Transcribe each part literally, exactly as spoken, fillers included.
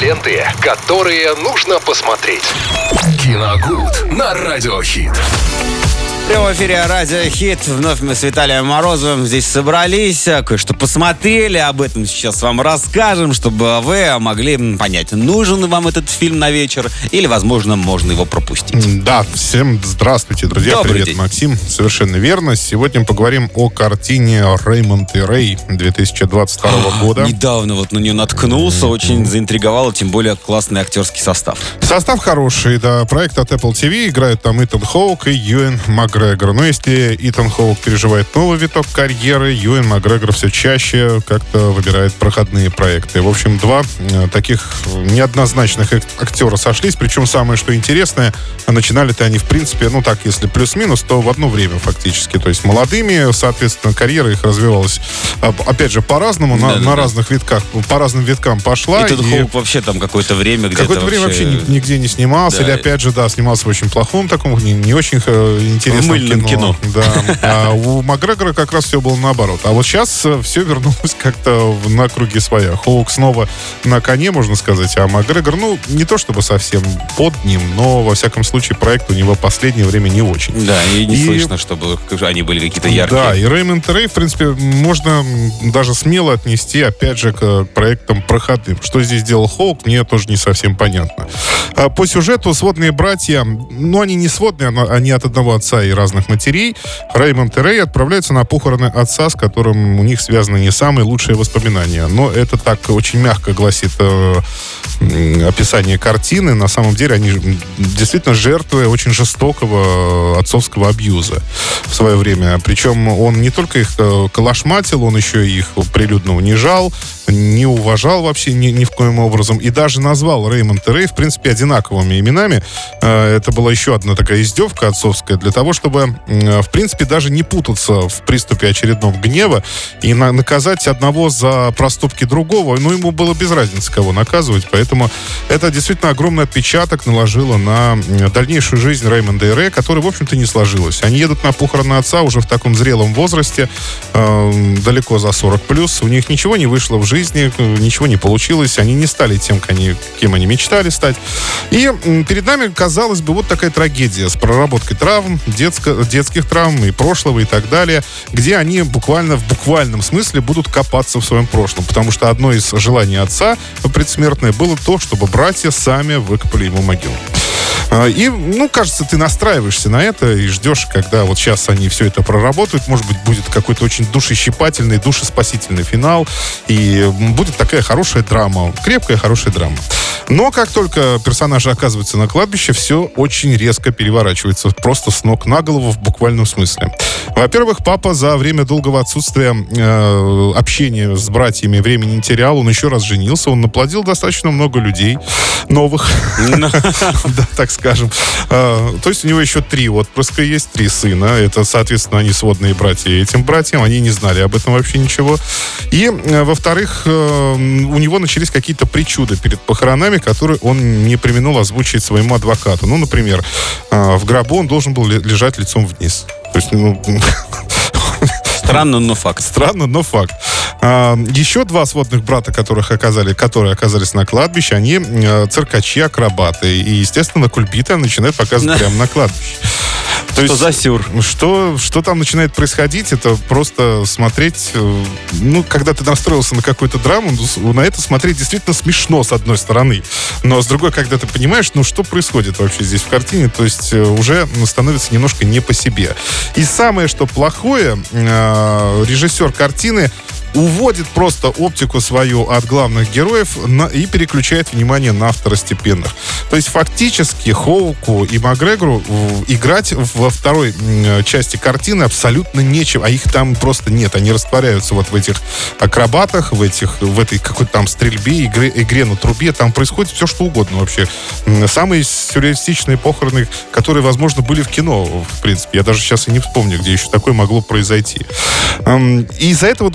ленты, которые нужно посмотреть. Киногуд на Радиохит. В прямом эфире Радио Хит. Вновь мы с Виталием Морозовым здесь собрались, кое-что посмотрели, об этом сейчас вам расскажем, чтобы вы могли понять, нужен вам этот фильм на вечер или, возможно, можно его пропустить. Да, всем здравствуйте, друзья. Добрый Привет, день. Максим. Совершенно верно. Сегодня мы поговорим о картине «Реймонд и Рэй» две тысячи двадцать второго года. Недавно вот на нее наткнулся, очень заинтриговало, тем более классный актерский состав. Состав хороший, да. Проект от Apple ти ви. Играют там Итан Хоук и Юэн Макгрегор. Но если Итан Хоук переживает новый виток карьеры, Юэн Макгрегор все чаще как-то выбирает проходные проекты. В общем, два э, таких неоднозначных актера сошлись. Причем самое, что интересное, начинали-то они, в принципе, ну так, если плюс-минус, то в одно время фактически. То есть молодыми, соответственно, карьера их развивалась, опять же, по-разному, Да, на, да, на да. разных витках, по разным виткам пошла. Итан и... Хоук вообще там какое-то время где-то Какое-то время вообще ни- нигде не снимался. Да. Или, опять же, да, снимался в очень плохом таком, не, не очень э, интересном В мыльном кино. Да. А у Макгрегора как раз все было наоборот. А вот сейчас все вернулось как-то на круги своя. Хоук снова на коне, можно сказать, а Макгрегор, ну, не то чтобы совсем под ним, но, во всяком случае, проект у него в последнее время не очень. Да, и не И- слышно, чтобы они были какие-то яркие. Да, и Реймонд и Рэй, в принципе, можно даже смело отнести, опять же, к проектам проходным. Что здесь делал Хоук, мне тоже не совсем понятно. А по сюжету сводные братья, ну, они не сводные, но они от одного отца и разных матерей. Реймонд и Рэй отправляются на похороны отца, с которым у них связаны не самые лучшие воспоминания. Но это так очень мягко гласит э, м, описание картины. На самом деле они действительно жертвы очень жестокого отцовского абьюза в свое время. Причем он не только их э, калашматил, он еще их прилюдно унижал, не уважал вообще ни, ни в коем образом. И даже назвал Реймонд и Рэй, в принципе, одинаковыми именами. Э, это была еще одна такая издевка отцовская для того, чтобы, э, в принципе, даже не путаться в приступе очередного гнева и на- наказать одного за проступки другого. Ну, ему было без разницы, кого наказывать. Поэтому это действительно огромный отпечаток наложило на э, дальнейшую жизнь Реймонда и Рэя, которая, в общем-то, не сложилась. Они едут на похороны отца уже в таком зрелом возрасте, э, далеко за сорок плюс. У них ничего не вышло в жизни, ничего не получилось. Они не стали тем, они- кем они мечтали стать. И м, перед нами, казалось бы, вот такая трагедия с проработкой травм, детско- детских травм и прошлого и так далее, где они буквально в буквальном смысле будут копаться в своем прошлом. Потому что одно из желаний отца предсмертное было то, чтобы братья сами выкопали ему могилу. А, И, ну, кажется, ты настраиваешься на это и ждешь, когда вот сейчас они все это проработают. Может быть, будет какой-то очень душещипательный, душеспасительный финал. И будет такая хорошая драма. Крепкая, хорошая драма. Но как только персонажи оказываются на кладбище, все очень резко переворачивается. Просто с ног на голову в буквальном смысле. Во-первых, папа за время долгого отсутствия э, общения с братьями времени не терял. Он еще раз женился. Он наплодил достаточно много людей новых. Да, так скажем. А, То есть у него еще три отпрыска есть, три сына. Это, соответственно, они сводные братья этим братьям. Они не знали об этом вообще ничего. И, э, во-вторых, э, у него начались какие-то причуды перед похоронами, которые он не преминул озвучить своему адвокату. Ну, например, э, в гробу он должен был ле- лежать лицом вниз. То есть, ну, Странно, но факт. странно, но факт. А, еще два сводных брата, которых оказали, которые оказались на кладбище, они э, циркачи, акробаты. И, естественно, кульбиты начинают показывать прямо на кладбище. То Что за сюр? Что, что там начинает происходить, это просто смотреть, э, ну, когда ты настроился на какую-то драму, на это смотреть действительно смешно, с одной стороны. Но с другой, когда ты понимаешь, ну, что происходит вообще здесь в картине, то есть э, уже становится немножко не по себе. И самое, что плохое, э, режиссер картины уводит просто оптику свою от главных героев на, и переключает внимание на второстепенных. То есть фактически Хоуку и Макгрегору в, играть во второй м, части картины абсолютно нечем, а их там просто нет. Они растворяются вот в этих акробатах, в этих, в этой какой-то там стрельбе, игре, игре на трубе. Там происходит все, что угодно вообще. М, Самые сюрреалистичные похороны, которые, возможно, были в кино, в принципе. Я даже сейчас и не вспомню, где еще такое могло произойти. Эм, И из-за этого очень двоякое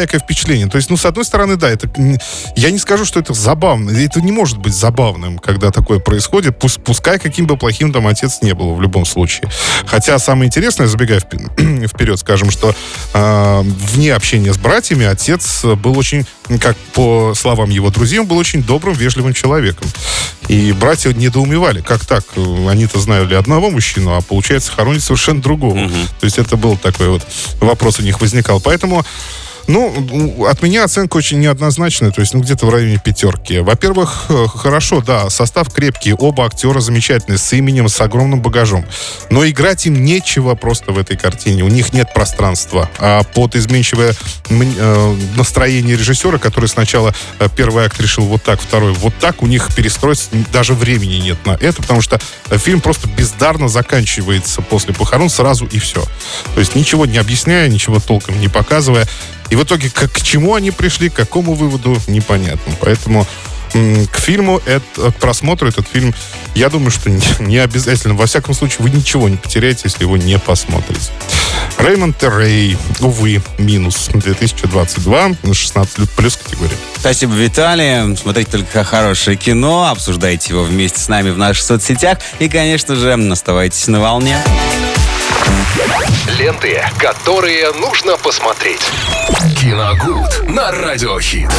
двоякое впечатление. То есть, ну, с одной стороны, да, это, я не скажу, что это забавно. Это не может быть забавным, когда такое происходит. Пусть, пускай каким бы плохим там отец не был в любом случае. Хотя самое интересное, забегая вперед, скажем, что э, вне общения с братьями отец был очень, как по словам его друзей, он был очень добрым, вежливым человеком. И братья недоумевали, как так? Они-то знали одного мужчину, а получается хоронить совершенно другого. Угу. То есть это был такой вот вопрос у них возникал. Поэтому, ну, от меня оценка очень неоднозначная, то есть, ну, где-то в районе пятерки. Во-первых, хорошо, да, состав крепкий, оба актера замечательные, с именем, с огромным багажом. Но играть им нечего просто в этой картине, у них нет пространства. А под изменчивое э, настроение режиссера, который сначала э, первый акт решил вот так, второй вот так, у них перестроиться даже времени нет на это, потому что фильм просто бездарно заканчивается после похорон сразу и все. То есть ничего не объясняя, ничего толком не показывая. И в итоге, как, к чему они пришли, к какому выводу, непонятно. Поэтому м- к фильму, это, к просмотру этот фильм, я думаю, что не, не обязательно. Во всяком случае, вы ничего не потеряете, если его не посмотрите. Реймонд Террей, увы, минус две тысячи двадцать два, шестнадцать лет плюс категория. Спасибо, Виталий. Смотрите только хорошее кино, обсуждайте его вместе с нами в наших соцсетях и, конечно же, оставайтесь на волне. Ленты, которые нужно посмотреть. Киногуд на Радиохит.